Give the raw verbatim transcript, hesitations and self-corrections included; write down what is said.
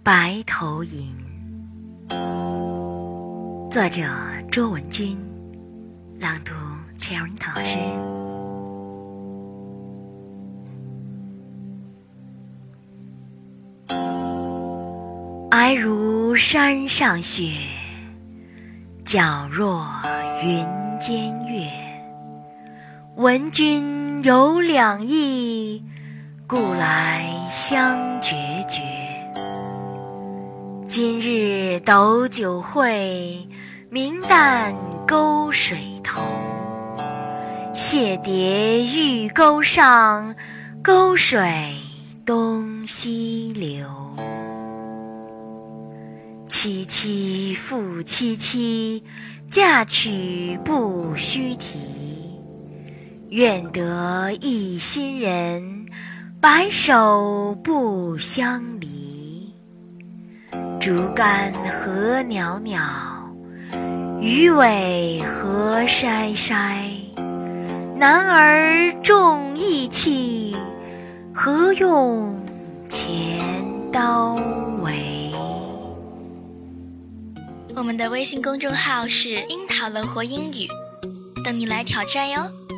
白头吟。作者卓文君，朗读 Cherry 老师。皑如山上雪，皎若云间月。闻君有两意，故来相决绝。今日斗酒会，明旦沟水头。谢蝶玉钩上，沟水东西流。凄凄复凄凄，嫁娶不须提。愿得一心人，白首不相离。竹竿何袅袅，鱼尾何筛筛。男儿重义气，何用钱刀为？ 我们的微信公众号是樱桃乐活英语，等你来挑战哟。